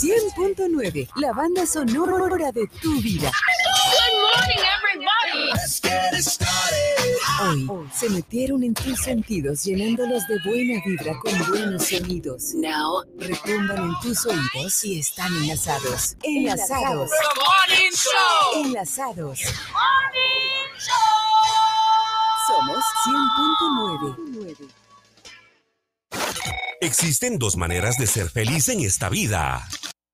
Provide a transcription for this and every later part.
100.9, la banda sonora de tu vida. Good morning, everybody. Let's get it started. Hoy se metieron en tus sentidos, llenándolos de buena vibra con buenos sonidos. Now retumban en tus oídos y están enlazados. Enlazados. The Morning Show. Enlazados. Morning Show. Somos 100.9. Existen dos maneras de ser feliz en esta vida.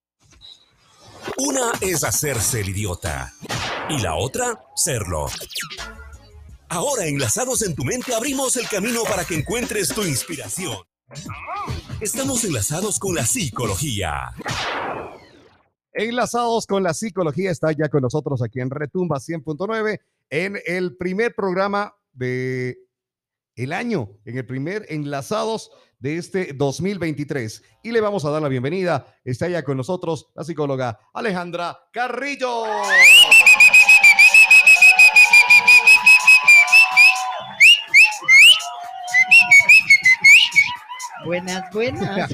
Una es hacerse el idiota y la otra, serlo. Ahora, enlazados en tu mente, abrimos el camino para que encuentres tu inspiración. Estamos enlazados con la psicología. Enlazados con la psicología, está ya con nosotros aquí en Retumba 100.9 en el primer programa de el año, en el primer Enlazados de este 2023. Y le vamos a dar la bienvenida. Está ya con nosotros la psicóloga Alejandra Carrillo. Buenas, buenas.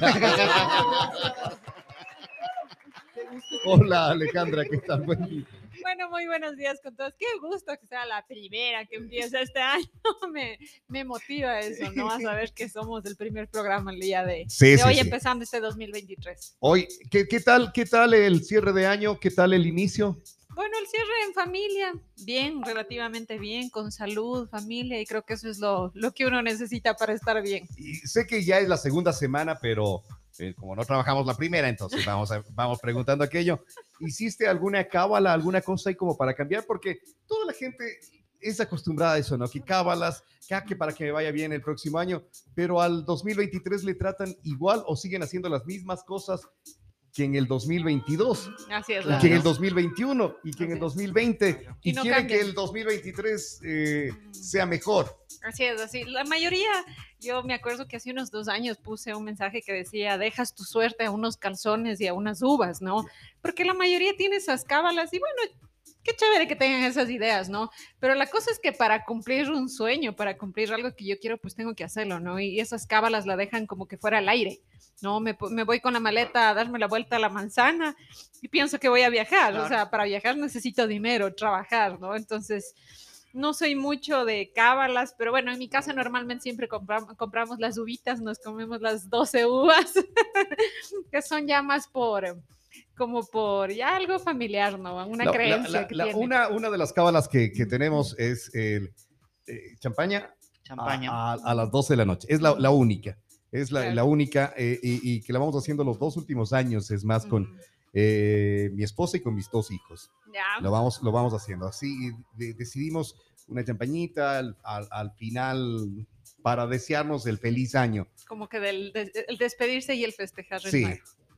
Hola Alejandra, ¿qué tal? Buen día. Bueno, muy buenos días con todos. Qué gusto que sea la primera que empieza este año. Me motiva eso, ¿no? A saber que somos el primer programa el día de hoy, empezando este 2023. Hoy, ¿qué tal el cierre de año? ¿Qué tal el inicio? Bueno, el cierre en familia, bien, relativamente bien, con salud, familia, y creo que eso es lo que uno necesita para estar bien. Y sé que ya es la segunda semana, pero como no trabajamos la primera, entonces vamos preguntando aquello. ¿Hiciste alguna cábala, alguna cosa ahí como para cambiar? Porque toda la gente es acostumbrada a eso, ¿no? Que cábalas, que para que me vaya bien el próximo año, pero al 2023 le tratan igual o siguen haciendo las mismas cosas que en el 2022, así es, que en el 2021 y que en el 2020 y no quieren cambia. que el 2023 sea mejor. Así es, así. La mayoría, yo me acuerdo que hace unos 2 años puse un mensaje que decía, dejas tu suerte a unos calzones y a unas uvas, ¿no? Porque la mayoría tiene esas cábalas y bueno, qué chévere que tengan esas ideas, ¿no? Pero la cosa es que para cumplir un sueño, para cumplir algo que yo quiero, pues tengo que hacerlo, ¿no? Y esas cábalas la dejan como que fuera al aire, ¿no? Me voy con la maleta a darme la vuelta a la manzana y pienso que voy a viajar. Claro. O sea, para viajar necesito dinero, trabajar, ¿no? Entonces, no soy mucho de cábalas, pero bueno, en mi casa normalmente siempre compramos las uvitas, nos comemos las 12 uvas, que son ya más como por ya algo familiar, ¿no? Una creencia que tiene. Una de las cábalas que tenemos es el champaña a las 12 de la noche. Es la única. Es la única y que la vamos haciendo los 2 últimos años, es más con mi esposa y con mis 2 hijos. Ya. Lo vamos haciendo así. Decidimos una champañita al final para desearnos el feliz año. Como que el despedirse y el festejar. Sí,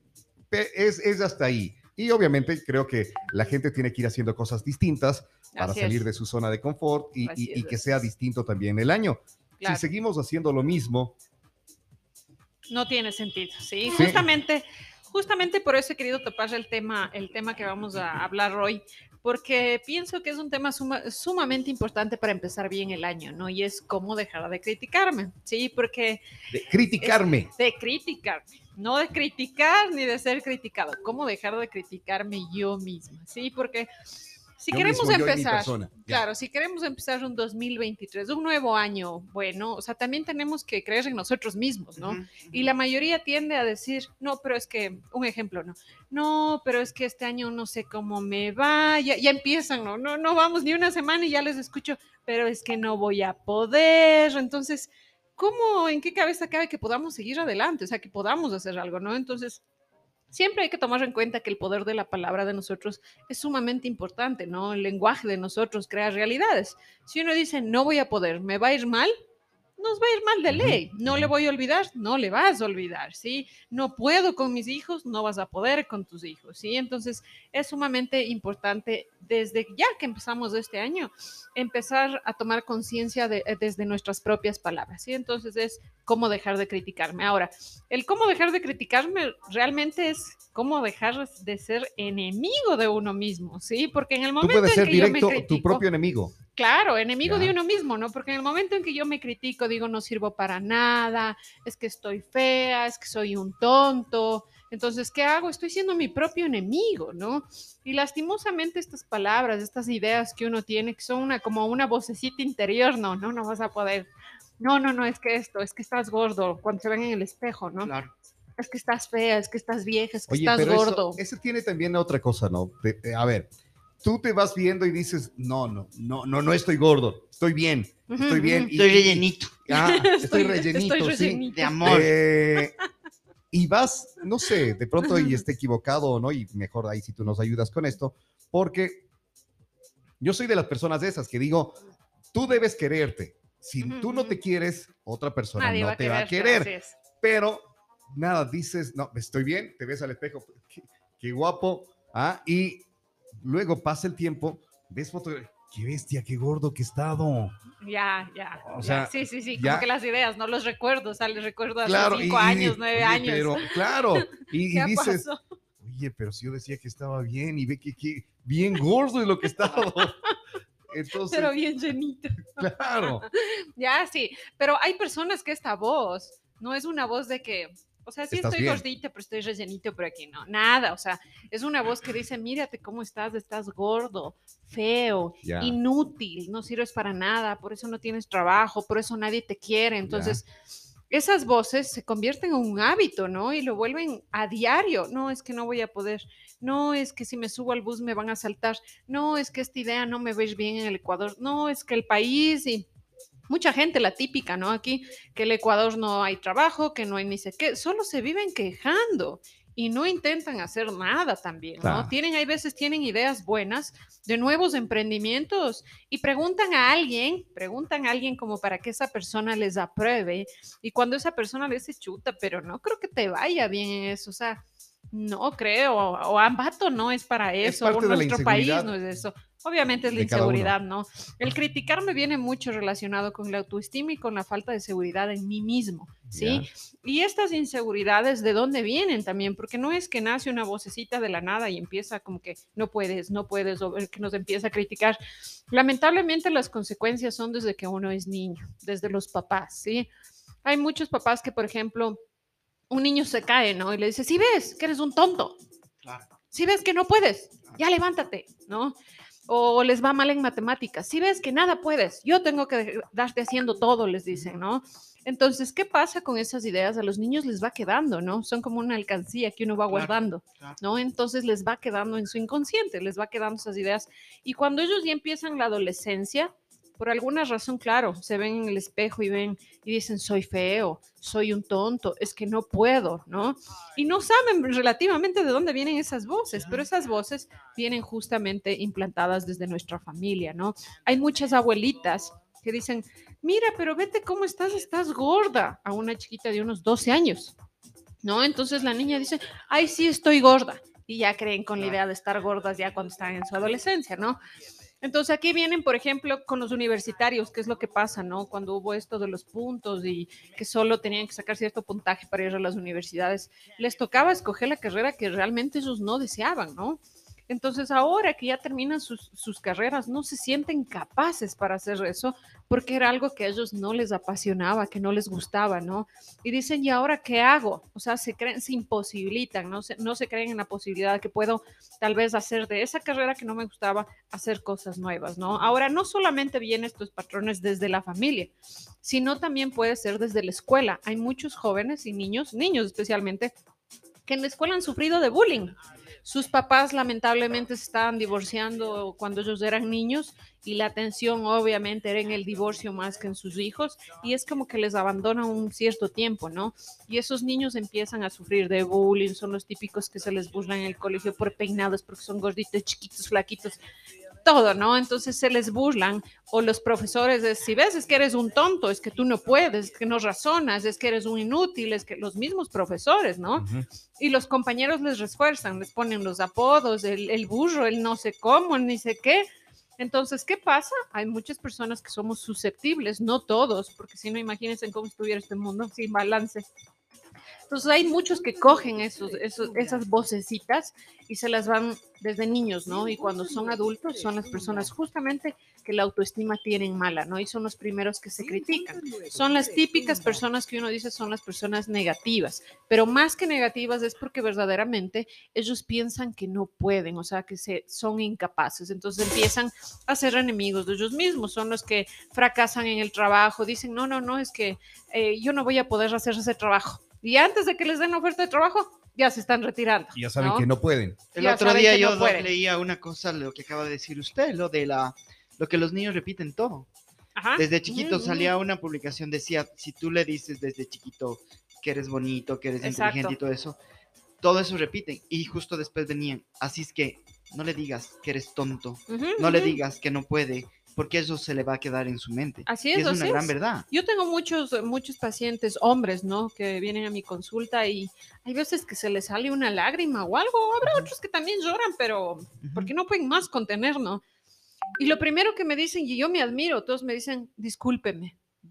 es hasta ahí. Y obviamente creo que la gente tiene que ir haciendo cosas distintas para salir de su zona de confort y que sea distinto también el año. Claro. Si seguimos haciendo lo mismo, no tiene sentido, ¿sí? Justamente por eso he querido topar el tema que vamos a hablar hoy, porque pienso que es un tema sumamente importante para empezar bien el año, ¿no? Y es cómo dejar de criticarme, ¿sí? Porque... De criticarme, no de criticar ni de ser criticado, cómo dejar de criticarme yo misma, ¿sí? Porque... Si queremos empezar, claro, si queremos empezar un 2023, un nuevo año, bueno, o sea, también tenemos que creer en nosotros mismos, ¿no? Y la mayoría tiende a decir, no, pero es que, un ejemplo, no, pero es que este año no sé cómo me va, ya empiezan, no vamos ni una semana y ya les escucho, pero es que no voy a poder, entonces, ¿cómo, en qué cabeza cabe que podamos seguir adelante? O sea, que podamos hacer algo, ¿no? Entonces... Siempre hay que tomar en cuenta que el poder de la palabra de nosotros es sumamente importante, ¿no? El lenguaje de nosotros crea realidades. Si uno dice, no voy a poder, me va a ir mal, nos va a ir mal de ley. No le voy a olvidar, no le vas a olvidar, ¿sí? No puedo con mis hijos, no vas a poder con tus hijos, ¿sí? Entonces, es sumamente importante desde ya que empezamos este año, empezar a tomar conciencia desde nuestras propias palabras, ¿sí? Entonces, es cómo dejar de criticarme. Ahora, el cómo dejar de criticarme realmente es cómo dejar de ser enemigo de uno mismo, ¿sí? Porque en el momento tú puedes ser en que directo yo me critico, tu propio enemigo. Claro, enemigo de uno mismo, ¿no? Porque en el momento en que yo me critico, digo, no sirvo para nada, es que estoy fea, es que soy un tonto, Entonces, ¿qué hago? Estoy siendo mi propio enemigo, ¿no? Y lastimosamente estas palabras, estas ideas que uno tiene, que son como una vocecita interior, no vas a poder. No, es que es que estás gordo cuando se ven en el espejo, ¿no? Claro. Es que estás fea, es que estás vieja, es que estás gordo. Eso tiene también otra cosa, ¿no? A ver, tú te vas viendo y dices, no estoy gordo, estoy bien. Estoy rellenito. Estoy rellenito, sí. De amor. Y vas, no sé, de pronto y esté equivocado, ¿no? Y mejor ahí si tú nos ayudas con esto, porque yo soy de las personas de esas que digo, tú debes quererte. Si tú no te quieres, otra persona no te va a querer. Pero nada, dices, no, estoy bien, te ves al espejo, qué guapo, y luego pasa el tiempo, ves fotos, qué bestia, qué gordo que he estado. Ya. O sea, sí, como que las ideas, no los recuerdo, o sea, les recuerdo hace claro, 5 años, 9 años. Pero, claro, y dices, pasó? Oye, pero si yo decía que estaba bien, y ve que bien gordo es lo que he estado. Entonces, pero bien llenito. Claro. Ya, sí, pero hay personas que esta voz no es una voz de que, o sea, sí estoy gordita, pero estoy rellenito por aquí, no, nada, o sea, es una voz que dice, mírate cómo estás gordo, feo, inútil, no sirves para nada, por eso no tienes trabajo, por eso nadie te quiere, entonces... Esas voces se convierten en un hábito, ¿no? Y lo vuelven a diario. No, es que no voy a poder. No, es que si me subo al bus me van a asaltar. No, es que esta idea no me ves bien en el Ecuador. No, es que el país y mucha gente, la típica, ¿no? Aquí, que el Ecuador no hay trabajo, que no hay ni sé qué. Solo se viven quejando y no intentan hacer nada también, ¿no? Claro. Hay veces tienen ideas buenas de nuevos emprendimientos y preguntan a alguien como para que esa persona les apruebe y cuando esa persona le dice chuta, pero no creo que te vaya bien en eso, o sea, no creo, o Ambato no es para eso, o nuestro país no es eso. Obviamente es la inseguridad, ¿no? El criticarme viene mucho relacionado con la autoestima y con la falta de seguridad en mí mismo, ¿sí? Y estas inseguridades, ¿de dónde vienen también? Porque no es que nace una vocecita de la nada y empieza como que no puedes, o que nos empieza a criticar. Lamentablemente las consecuencias son desde que uno es niño, desde los papás, ¿sí? Hay muchos papás que, por ejemplo, un niño se cae, ¿no? Y le dice, ¿sí ves que eres un tonto? Claro. ¿Sí ves que no puedes? Ya levántate, ¿no? O les va mal en matemáticas. ¿Sí ves que nada puedes? Yo tengo que darte haciendo todo, les dicen, ¿no? Entonces, ¿qué pasa con esas ideas? A los niños les va quedando, ¿no? Son como una alcancía que uno va guardando, ¿no? Entonces les va quedando en su inconsciente, les va quedando esas ideas. Y cuando ellos ya empiezan la adolescencia, por alguna razón, claro, se ven en el espejo y ven y dicen, soy feo, soy un tonto, es que no puedo, ¿no? Y no saben relativamente de dónde vienen esas voces, pero esas voces vienen justamente implantadas desde nuestra familia, ¿no? Hay muchas abuelitas que dicen, mira, pero vete cómo estás gorda, a una chiquita de unos 12 años, ¿no? Entonces la niña dice, ay, sí, estoy gorda, y ya creen con la idea de estar gordas ya cuando están en su adolescencia, ¿no? Entonces aquí vienen, por ejemplo, con los universitarios, ¿qué es lo que pasa, no? Cuando hubo esto de los puntos y que solo tenían que sacar cierto puntaje para ir a las universidades, les tocaba escoger la carrera que realmente ellos no deseaban, ¿no? Entonces ahora que ya terminan sus carreras, no se sienten capaces para hacer eso porque era algo que a ellos no les apasionaba, que no les gustaba, ¿no? Y dicen, ¿y ahora qué hago? O sea, se imposibilitan, no se creen en la posibilidad de que puedo tal vez hacer de esa carrera que no me gustaba, hacer cosas nuevas, ¿no? Ahora, no solamente vienen estos patrones desde la familia, sino también puede ser desde la escuela. Hay muchos jóvenes y niños especialmente, que en la escuela han sufrido de bullying. Sus papás lamentablemente se estaban divorciando cuando ellos eran niños y la atención obviamente era en el divorcio más que en sus hijos y es como que les abandonan un cierto tiempo, ¿no? Y esos niños empiezan a sufrir de bullying, son los típicos que se les burlan en el colegio por peinados porque son gorditos, chiquitos, flaquitos, todo, ¿no? Entonces se les burlan o los profesores, si ves, es que eres un tonto, es que tú no puedes, es que no razonas, es que eres un inútil, es que los mismos profesores, ¿no? Y los compañeros les refuerzan, les ponen los apodos, el burro, el no sé cómo, ni sé qué. Entonces, ¿qué pasa? Hay muchas personas que somos susceptibles, no todos, porque si no, imagínense cómo estuviera este mundo sin balance. Entonces hay muchos que cogen esas vocecitas y se las van desde niños, ¿no? Y cuando son adultos son las personas justamente que la autoestima tienen mala, ¿no? Y son los primeros que se critican. Son las típicas personas que uno dice son las personas negativas, pero más que negativas es porque verdaderamente ellos piensan que no pueden, o sea, que son incapaces. Entonces empiezan a ser enemigos de ellos mismos, son los que fracasan en el trabajo, dicen, no, es que yo no voy a poder hacer ese trabajo. Y antes de que les den oferta de trabajo, ya se están retirando. Y ya saben que no pueden. El otro día yo leía una cosa, lo que acaba de decir usted, lo que los niños repiten todo. Ajá. Desde chiquito salía una publicación, decía, si tú le dices desde chiquito que eres bonito, que eres inteligente y todo eso repiten. Y justo después venían, así es que no le digas que eres tonto, no le digas que no puede, porque eso se le va a quedar en su mente. Así es, es una gran verdad. Yo tengo muchos pacientes, hombres, ¿no? Que vienen a mi consulta y hay veces que se les sale una lágrima o algo. Habrá otros que también lloran, pero porque no pueden más contener, ¿no? Y lo primero que me dicen, y yo me admiro, todos me dicen, discúlpeme,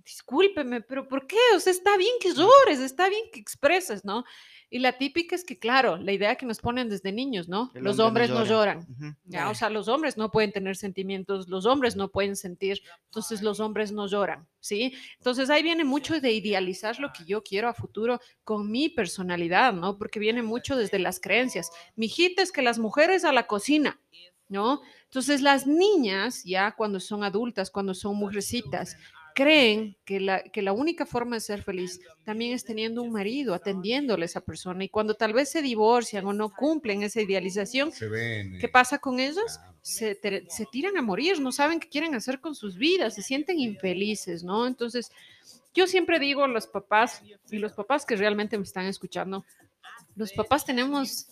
pero ¿por qué? O sea, está bien que llores, está bien que expreses, ¿no? Y la típica es que, claro, la idea que nos ponen desde niños, ¿no? Los hombres no lloran. ¿Ya? O sea, los hombres no pueden tener sentimientos, los hombres no pueden sentir, entonces los hombres no lloran, ¿sí? Entonces ahí viene mucho de idealizar lo que yo quiero a futuro con mi personalidad, ¿no? Porque viene mucho desde las creencias. Mijita, es que las mujeres a la cocina, ¿no? Entonces las niñas, ya cuando son adultas, cuando son mujercitas, creen que la única forma de ser feliz también es teniendo un marido, atendiéndole a esa persona. Y cuando tal vez se divorcian o no cumplen esa idealización, ¿qué pasa con ellos? Se tiran a morir, no saben qué quieren hacer con sus vidas, se sienten infelices, ¿no? Entonces, yo siempre digo a los papás, y los papás que realmente me están escuchando, los papás tenemos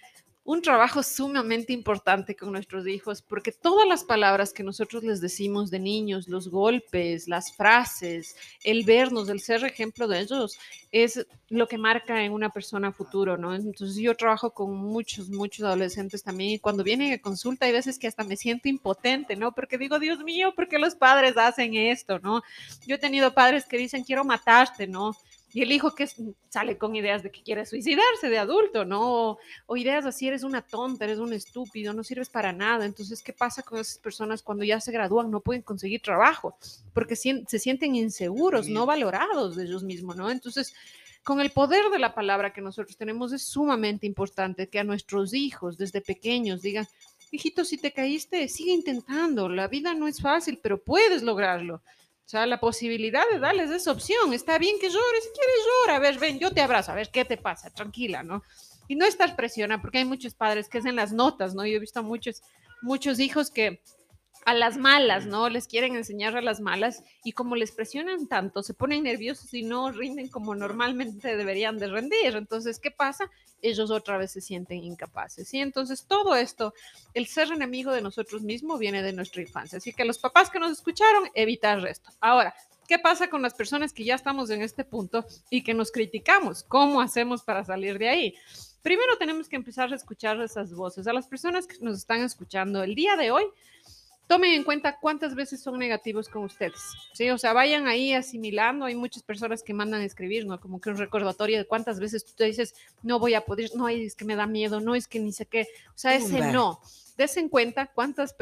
un trabajo sumamente importante con nuestros hijos, porque todas las palabras que nosotros les decimos de niños, los golpes, las frases, el vernos, el ser ejemplo de ellos, es lo que marca en una persona futuro, ¿no? Entonces yo trabajo con muchos adolescentes también, y cuando vienen a consulta hay veces que hasta me siento impotente, ¿no? Porque digo, Dios mío, ¿por qué los padres hacen esto, no? Yo he tenido padres que dicen, quiero matarte, ¿no? Y el hijo que sale con ideas de que quiere suicidarse de adulto, ¿no? O ideas así, eres una tonta, eres un estúpido, no sirves para nada. Entonces, ¿qué pasa con esas personas cuando ya se gradúan? No pueden conseguir trabajo porque se sienten inseguros, no valorados de ellos mismos, ¿no? Entonces, con el poder de la palabra que nosotros tenemos es sumamente importante que a nuestros hijos desde pequeños digan, hijito, si te caíste, sigue intentando. La vida no es fácil, pero puedes lograrlo. O sea, la posibilidad de darles esa opción. Está bien que llores, si quieres llora, a ver, ven, yo te abrazo, a ver, ¿qué te pasa? Tranquila, ¿no? Y no estar presionada, porque hay muchos padres que hacen las notas, ¿no? Yo he visto muchos hijos que a las malas, ¿no? Les quieren enseñar a las malas y como les presionan tanto, se ponen nerviosos y no rinden como normalmente deberían de rendir. Entonces, ¿qué pasa? Ellos otra vez se sienten incapaces. Y entonces todo esto, el ser enemigo de nosotros mismos viene de nuestra infancia. Así que los papás que nos escucharon, evitar esto. Ahora, ¿qué pasa con las personas que ya estamos en este punto y que nos criticamos? ¿Cómo hacemos para salir de ahí? Primero tenemos que empezar a escuchar esas voces. A las personas que nos están escuchando el día de hoy, tomen en cuenta cuántas veces son negativos con ustedes, ¿sí? O sea, vayan ahí asimilando. Hay muchas personas que mandan a escribir, ¿no? Como que un recordatorio de cuántas veces tú te dices, no voy a poder, no, es que me da miedo, no, es que ni sé qué. O sea, ese no. Des en cuenta cuántas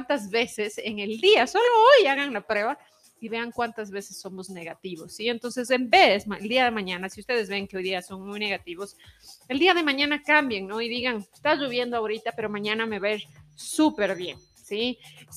veces en el día, solo hoy hagan la prueba y vean cuántas veces somos negativos, ¿sí? Entonces, en vez, el día de mañana, si ustedes ven que hoy día son muy negativos, el día de mañana cambien, ¿no? Y digan, está lloviendo ahorita, pero mañana me va a ir súper bien. ¿Sí?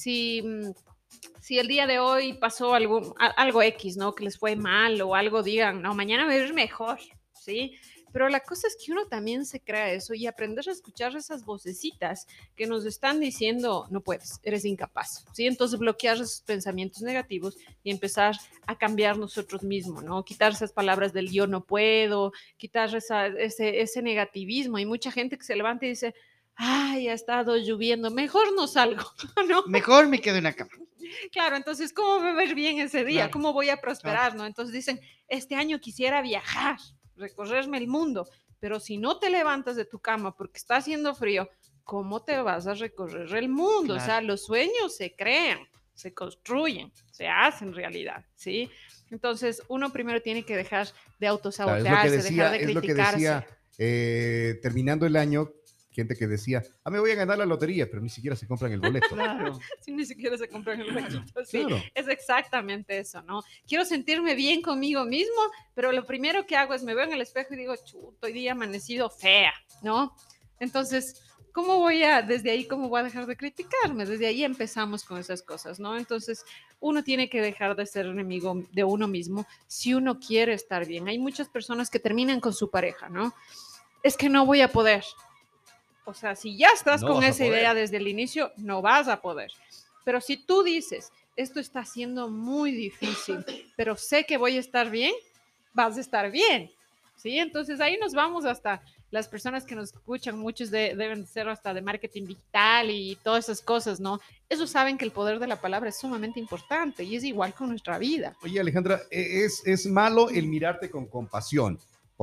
Si el día de hoy pasó algo X, ¿no? Que les fue mal o algo, digan, no, mañana me va a ir mejor, ¿sí? Pero la cosa es que uno también se crea eso y aprender a escuchar esas vocecitas que nos están diciendo, no puedes, eres incapaz, ¿sí? Entonces bloquear esos pensamientos negativos y empezar a cambiar nosotros mismos, ¿no? Quitar esas palabras del yo no puedo, quitar ese negativismo. Hay mucha gente que se levanta y dice, ay, ha estado lloviendo, mejor no salgo, ¿no? Mejor me quedo en la cama. Claro, entonces, ¿cómo me va a ir bien ese día? Claro. ¿Cómo voy a prosperar, claro, no? Entonces dicen, este año quisiera viajar, recorrerme el mundo, pero si no te levantas de tu cama porque está haciendo frío, ¿cómo te vas a recorrer el mundo? Claro. O sea, los sueños se crean, se construyen, se hacen realidad, ¿sí? Entonces, uno primero tiene que dejar de autosabotearse, dejar de criticarse. Es lo que decía, terminando el año, gente que decía, me voy a ganar la lotería, pero ni siquiera se compran el boleto. Claro. Sí, ni siquiera se compran el boleto. Sí, claro. Es exactamente eso, ¿no? Quiero sentirme bien conmigo mismo, pero lo primero que hago es me veo en el espejo y digo, chuto, hoy día he amanecido fea, ¿no? Entonces, desde ahí, cómo voy a dejar de criticarme? Desde ahí empezamos con esas cosas, ¿no? Entonces, uno tiene que dejar de ser enemigo de uno mismo si uno quiere estar bien. Hay muchas personas que terminan con su pareja, ¿no? Es que no voy a poder. O sea, si ya estás con esa idea desde el inicio, no vas a poder. Pero si tú dices, esto está siendo muy difícil, pero sé que voy a estar bien, vas a estar bien, ¿sí? Entonces ahí nos vamos hasta las personas que nos escuchan, muchos deben ser hasta de marketing digital y todas esas cosas, ¿no? Ellos saben que el poder de la palabra es sumamente importante y es igual con nuestra vida. Oye, Alejandra, ¿es malo el mirarte con compasión?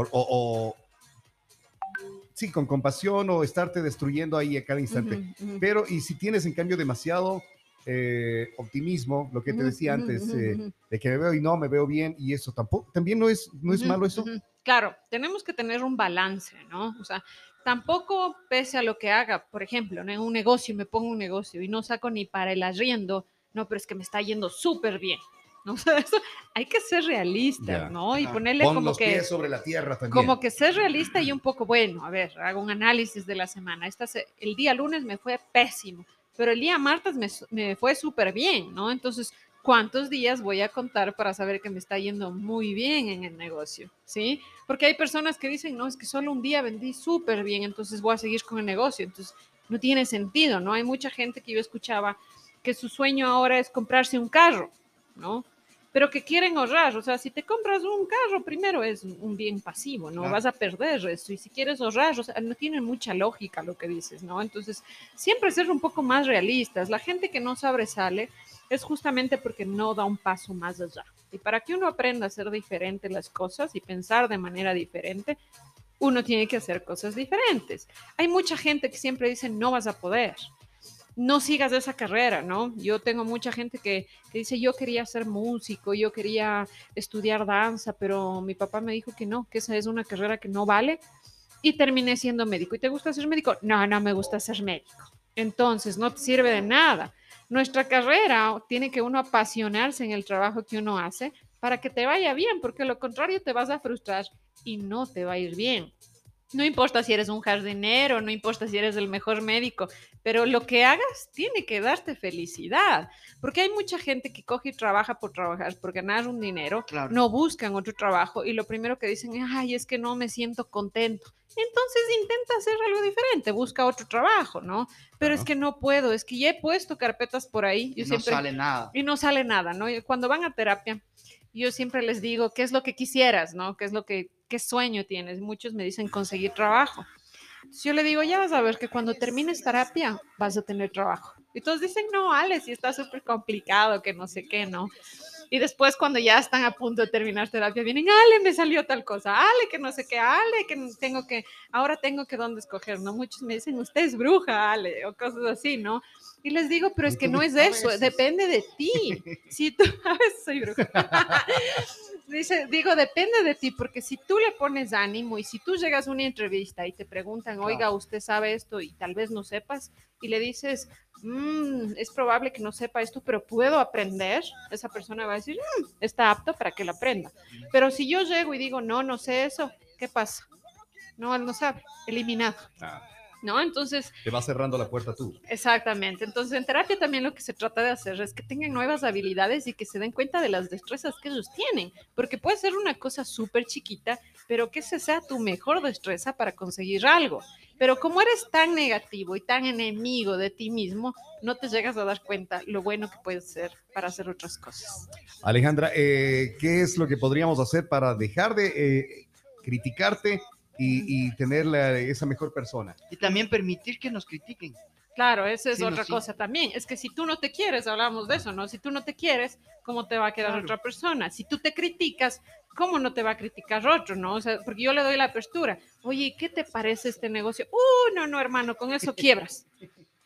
Sí, con compasión o estarte destruyendo ahí a cada instante. Pero, y si tienes en cambio demasiado optimismo, lo que te decía antes, de que me veo y no, me veo bien, y eso también no es malo eso. Claro, tenemos que tener un balance, ¿no? O sea, tampoco pese a lo que haga, por ejemplo, ¿no? En un negocio, me pongo un negocio y no saco ni para el arriendo, no, pero es que me está yendo súper bien. ¿No? O sea, eso, hay que ser realista, ¿no? Y ponerle Pon como los que pies sobre la tierra también. Como que ser realista y un poco, bueno, a ver, hago un análisis de la semana. El día lunes me fue pésimo, pero el día martes me fue súper bien, ¿no? Entonces, ¿cuántos días voy a contar para saber que me está yendo muy bien en el negocio? ¿Sí? Porque hay personas que dicen, no, es que solo un día vendí súper bien, entonces voy a seguir con el negocio. Entonces, no tiene sentido, ¿no? Hay mucha gente que yo escuchaba que su sueño ahora es comprarse un carro, ¿no? Pero que quieren ahorrar, o sea, si te compras un carro, primero es un bien pasivo, ¿no? Claro. Vas a perder eso, y si quieres ahorrar, o sea, no tiene mucha lógica lo que dices, ¿no? Entonces, siempre ser un poco más realistas. La gente que no sobresale es justamente porque no da un paso más allá. Y para que uno aprenda a hacer diferente las cosas y pensar de manera diferente, uno tiene que hacer cosas diferentes. Hay mucha gente que siempre dice, no vas a poder. No sigas esa carrera, ¿no? Yo tengo mucha gente que dice, yo quería ser músico, yo quería estudiar danza, pero mi papá me dijo que no, que esa es una carrera que no vale, y terminé siendo médico. ¿Y te gusta ser médico? No, no me gusta ser médico. Entonces, no te sirve de nada. Nuestra carrera tiene que uno apasionarse en el trabajo que uno hace para que te vaya bien, porque lo contrario te vas a frustrar y no te va a ir bien. No importa si eres un jardinero, no importa si eres el mejor médico, pero lo que hagas tiene que darte felicidad, porque hay mucha gente que coge y trabaja por trabajar, por ganar un dinero, claro. No buscan otro trabajo y lo primero que dicen, ay, es que no me siento contento. Entonces intenta hacer algo diferente, busca otro trabajo, ¿no? Pero es que no puedo, es que ya he puesto carpetas por ahí. Y no sale nada. Y no sale nada, ¿no? Y cuando van a terapia, yo siempre les digo, ¿qué es lo que quisieras, no? ¿Qué sueño tienes? Muchos me dicen conseguir trabajo. Entonces yo le digo, ya vas a ver que cuando termines terapia vas a tener trabajo. Y todos dicen, no, Ale, si está súper complicado, que no sé qué, ¿no? Y después cuando ya están a punto de terminar terapia, vienen, Ale, me salió tal cosa, Ale, que no sé qué, Ale, ahora tengo que dónde escoger, ¿no? Muchos me dicen, usted es bruja, Ale, o cosas así, ¿no? Y les digo, pero es que no es eso, depende de ti. Si tú, a veces soy bruja. Digo, depende de ti, porque si tú le pones ánimo y si tú llegas a una entrevista y te preguntan, oiga, usted sabe esto y tal vez no sepas, y le dices, es probable que no sepa esto, pero puedo aprender, esa persona va a decir, está apto para que lo aprenda. Pero si yo llego y digo, no sé eso, ¿qué pasa? No, él no sabe, eliminado. ¿No? Entonces... Te va cerrando la puerta tú. Exactamente. Entonces, en terapia también lo que se trata de hacer es que tengan nuevas habilidades y que se den cuenta de las destrezas que ellos tienen, porque puede ser una cosa súper chiquita, pero que esa sea tu mejor destreza para conseguir algo. Pero como eres tan negativo y tan enemigo de ti mismo, no te llegas a dar cuenta lo bueno que puedes ser para hacer otras cosas. Alejandra, ¿qué es lo que podríamos hacer para dejar de criticarte y tener esa mejor persona? Y también permitir que nos critiquen. Claro, esa es otra cosa también. Es que si tú no te quieres, hablamos de eso, ¿no? Si tú no te quieres, ¿cómo te va a quedar otra persona? Si tú te criticas, ¿cómo no te va a criticar otro, no? O sea, porque yo le doy la apertura. Oye, ¿qué te parece este negocio? No, hermano, con eso quiebras.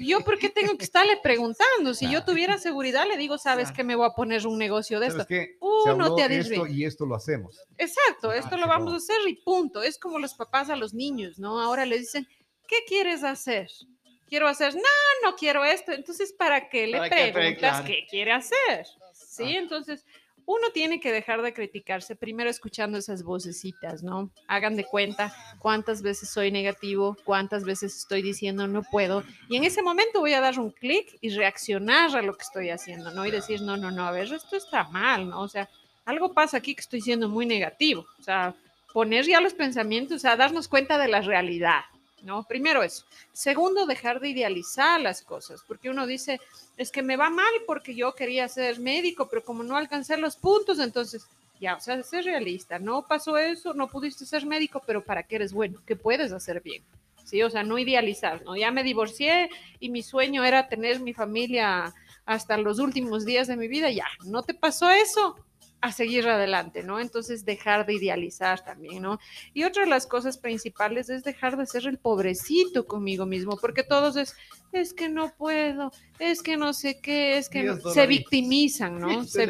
Yo, ¿por qué tengo que estarle preguntando? Si yo tuviera seguridad, le digo, ¿sabes que me voy a poner un negocio de esto? No te esto y esto lo hacemos. Exacto, esto lo vamos a hacer y punto. Es como los papás a los niños, ¿no? Ahora les dicen, ¿qué quieres hacer? Quiero hacer, no quiero esto. Entonces, ¿para qué le preguntas qué quiere hacer? ¿Sí? Entonces, uno tiene que dejar de criticarse, primero escuchando esas vocecitas, ¿no? Hagan de cuenta cuántas veces soy negativo, cuántas veces estoy diciendo no puedo, y en ese momento voy a dar un clic y reaccionar a lo que estoy haciendo, ¿no? Y decir, no, a ver, esto está mal, ¿no? O sea, algo pasa aquí que estoy siendo muy negativo, o sea, poner ya los pensamientos, o sea, darnos cuenta de la realidad, ¿no? Primero eso. Segundo, dejar de idealizar las cosas, porque uno dice, es que me va mal porque yo quería ser médico, pero como no alcancé los puntos, entonces, ya, o sea, ser realista, no pasó eso, no pudiste ser médico, pero ¿para qué eres bueno? ¿Qué puedes hacer bien? Sí, o sea, no idealizar, ¿no? Ya me divorcié y mi sueño era tener mi familia hasta los últimos días de mi vida, ya, ¿no te pasó eso? A seguir adelante, ¿no? Entonces dejar de idealizar también, ¿no? Y otra de las cosas principales es dejar de ser el pobrecito conmigo mismo, porque todos es que no puedo, es que no sé qué, es que se victimizan, ¿no? Se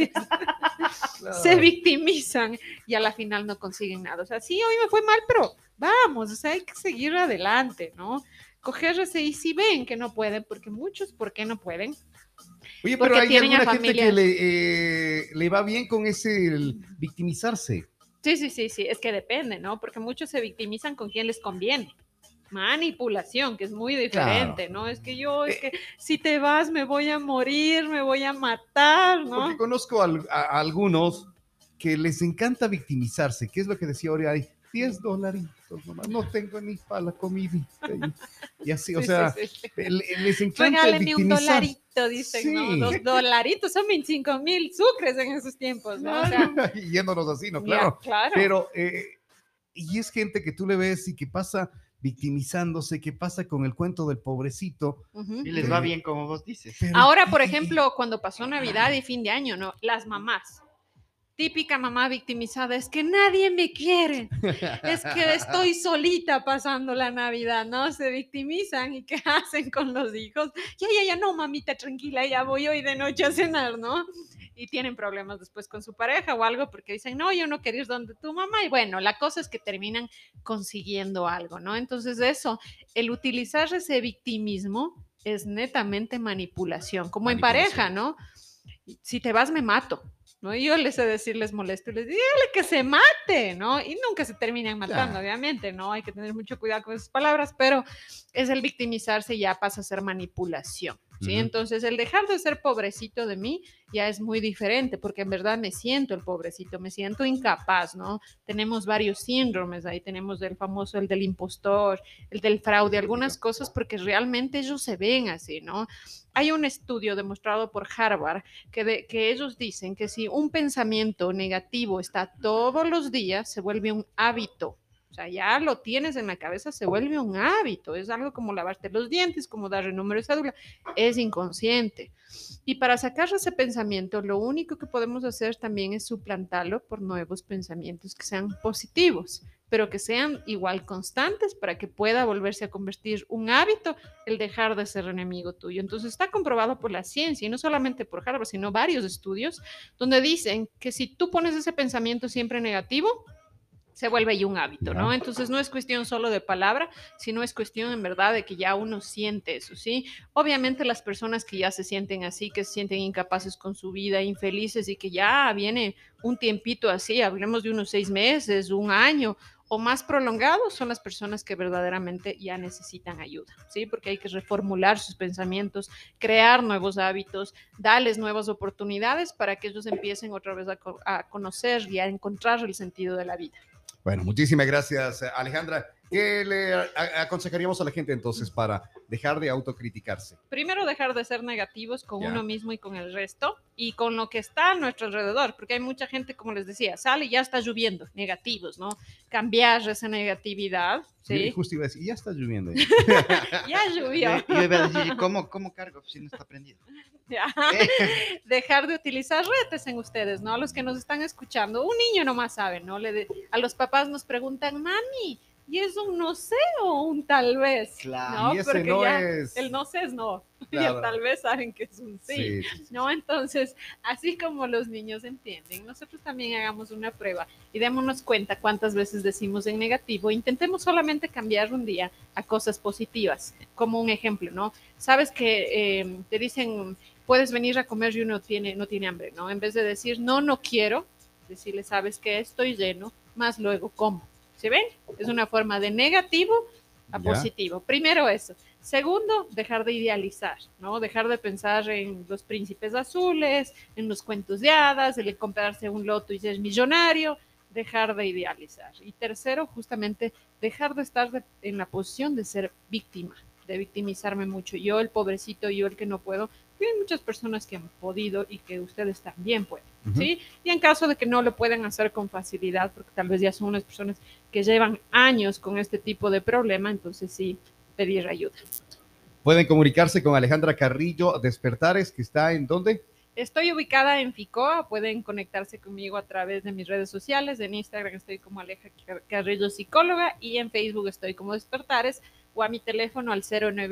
victimizan y a la final no consiguen nada. O sea, sí, hoy me fue mal, pero vamos, o sea, hay que seguir adelante, ¿no? Cogerse y si ven que no pueden, porque muchos, ¿por qué no pueden? Oye, pero hay alguna gente que le va bien con ese victimizarse. Sí, es que depende, ¿no? Porque muchos se victimizan con quien les conviene. Manipulación, que es muy diferente, claro. ¿No? Es que si te vas me voy a morir, me voy a matar, ¿no? Porque conozco a algunos que les encanta victimizarse. ¿Qué es lo que decía Oriari? $10, nomás. No tengo ni para la comida. Y así, o sea, les encanta regáleme un dolarito, dicen, sí. ¿No? $2 son 25,000 sucres en esos tiempos, ¿no? O sea, y yéndonos así, ¿no? Claro. Claro. Pero, y es gente que tú le ves y que pasa victimizándose, que pasa con el cuento del pobrecito. Y les va bien, como vos dices. Ahora, por ejemplo, cuando pasó Navidad y fin de año, ¿no? Las mamás. Típica mamá victimizada, es que nadie me quiere, es que estoy solita pasando la Navidad, ¿no? Se victimizan y ¿qué hacen con los hijos? Ya, no, mamita, tranquila, ya voy hoy de noche a cenar, ¿no? Y tienen problemas después con su pareja o algo porque dicen, no, yo no quiero ir donde tu mamá. Y bueno, la cosa es que terminan consiguiendo algo, ¿no? Entonces eso, el utilizar ese victimismo es netamente manipulación, como en pareja, ¿no? Si te vas, me mato. ¿No? Y yo les sé decir, les molesto y les digo, dígale que se mate, ¿no? Y nunca se terminan matando, claro. Obviamente, ¿no? Hay que tener mucho cuidado con esas palabras, pero es el victimizarse y ya pasa a ser manipulación, ¿sí? Entonces, el dejar de ser pobrecito de mí ya es muy diferente, porque en verdad me siento el pobrecito, me siento incapaz, ¿no? Tenemos varios síndromes ahí, tenemos el famoso, el del impostor, el del fraude, algunas cosas, porque realmente ellos se ven así, ¿no? Hay un estudio demostrado por Harvard que ellos dicen que si un pensamiento negativo está todos los días, se vuelve un hábito. O sea, ya lo tienes en la cabeza, se vuelve un hábito. Es algo como lavarte los dientes, como dar el número de cédula. Es inconsciente. Y para sacar ese pensamiento, lo único que podemos hacer también es suplantarlo por nuevos pensamientos que sean positivos, pero que sean igual constantes para que pueda volverse a convertir un hábito el dejar de ser enemigo tuyo. Entonces está comprobado por la ciencia y no solamente por Harvard, sino varios estudios donde dicen que si tú pones ese pensamiento siempre negativo, se vuelve ya un hábito, ¿no? Entonces no es cuestión solo de palabra, sino es cuestión en verdad de que ya uno siente eso, ¿sí? Obviamente las personas que ya se sienten así, que se sienten incapaces con su vida, infelices y que ya viene un tiempito así, hablemos de unos 6 meses, un año o más prolongados, son las personas que verdaderamente ya necesitan ayuda, ¿sí? Porque hay que reformular sus pensamientos, crear nuevos hábitos, darles nuevas oportunidades para que ellos empiecen otra vez a conocer y a encontrar el sentido de la vida. Bueno, muchísimas gracias, Alejandra. ¿Qué le aconsejaríamos a la gente entonces para dejar de autocriticarse? Primero, dejar de ser negativos con uno mismo y con el resto y con lo que está a nuestro alrededor, porque hay mucha gente, como les decía, sale y ya está lloviendo, negativos, ¿no? Cambiar esa negatividad, ¿sí? Justo iba a decir, ya está lloviendo. Ya llovió. Yo iba a decir, ¿cómo cargo si no está prendido? Dejar de utilizar redes en ustedes, ¿no? A los que nos están escuchando, un niño nomás sabe, ¿no? A los papás nos preguntan, mami, y es un no sé o un tal vez. Claro. ¿no? Y ese Porque no ya es... el no sé es no. Claro. Y el tal vez saben que es un sí. ¿no? Entonces, así como los niños entienden, nosotros también hagamos una prueba y démonos cuenta cuántas veces decimos en negativo. Intentemos solamente cambiar un día a cosas positivas, como un ejemplo, ¿no? Sabes que te dicen, puedes venir a comer y uno no tiene hambre, ¿no? En vez de decir, no quiero, decirle, sabes que estoy lleno, más luego como. ¿Se ven? Es una forma de negativo a positivo. Primero eso. Segundo, dejar de idealizar, ¿no? Dejar de pensar en los príncipes azules, en los cuentos de hadas, el comprarse un loto y ser millonario, dejar de idealizar. Y tercero, justamente, dejar de estar en la posición de ser víctima, de victimizarme mucho. Yo el pobrecito, yo el que no puedo. Hay muchas personas que han podido y que ustedes también pueden, ¿sí? Y en caso de que no lo puedan hacer con facilidad, porque tal vez ya son unas personas que llevan años con este tipo de problema, entonces sí, pedir ayuda. Pueden comunicarse con Alejandra Carrillo Despertares, que está ¿en dónde? Estoy ubicada en Ficoa, pueden conectarse conmigo a través de mis redes sociales, en Instagram estoy como Aleja Carrillo Psicóloga y en Facebook estoy como Despertares, o a mi teléfono al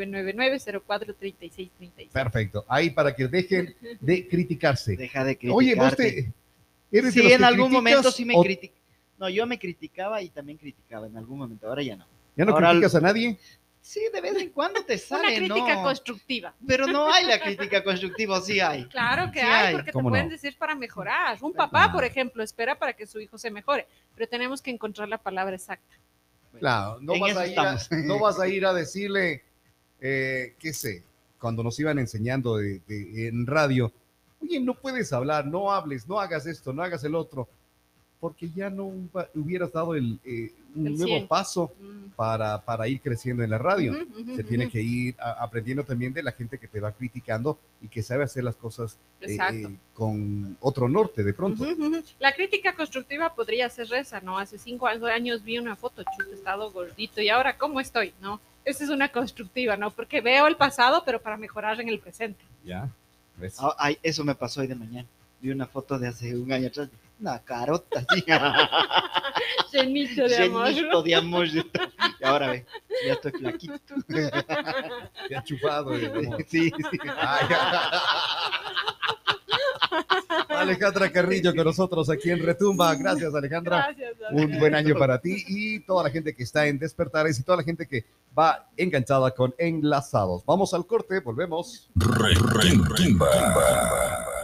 0999-043636. Perfecto, ahí para que dejen de criticarse. Deja de criticar. Oye, vos eres sí, en algún momento sí me criticaba. No, yo me criticaba y también criticaba en algún momento, ahora ya no. ¿Ya no ahora criticas a nadie? Sí, de vez en cuando te sale, una crítica constructiva. Pero no hay la crítica constructiva, sí hay. Claro que sí hay, porque te pueden decir para mejorar. Un papá, por ejemplo, espera para que su hijo se mejore, pero tenemos que encontrar la palabra exacta. Claro, no vas a ir a decirle, qué sé, cuando nos iban enseñando en radio, oye, no puedes hablar, no hables, no hagas esto, no hagas el otro, porque ya no hubieras dado un nuevo paso para ir creciendo en la radio. Se tiene que ir aprendiendo también de la gente que te va criticando y que sabe hacer las cosas con otro norte de pronto. La crítica constructiva podría ser esa, ¿no? Hace 5 años vi una foto, chuta, he estado gordito y ahora ¿cómo estoy? ¿No? Esa es una constructiva, ¿no? Porque veo el pasado, pero para mejorar en el presente. Ya. ¿Ves? Ay, eso me pasó hoy de mañana. Vi una foto de hace un año atrás. Una carota, sí. Llenito de amor. Llenito de amor. Y ahora ve, ya estoy flaquito. Te ha chupado. Sí. Alejandra Carrillo con nosotros aquí en Retumba. Gracias, Alejandra. Gracias. Un buen año para ti y toda la gente que está en Despertares y toda la gente que va enganchada con Enlazados. Vamos al corte, volvemos. Retumba.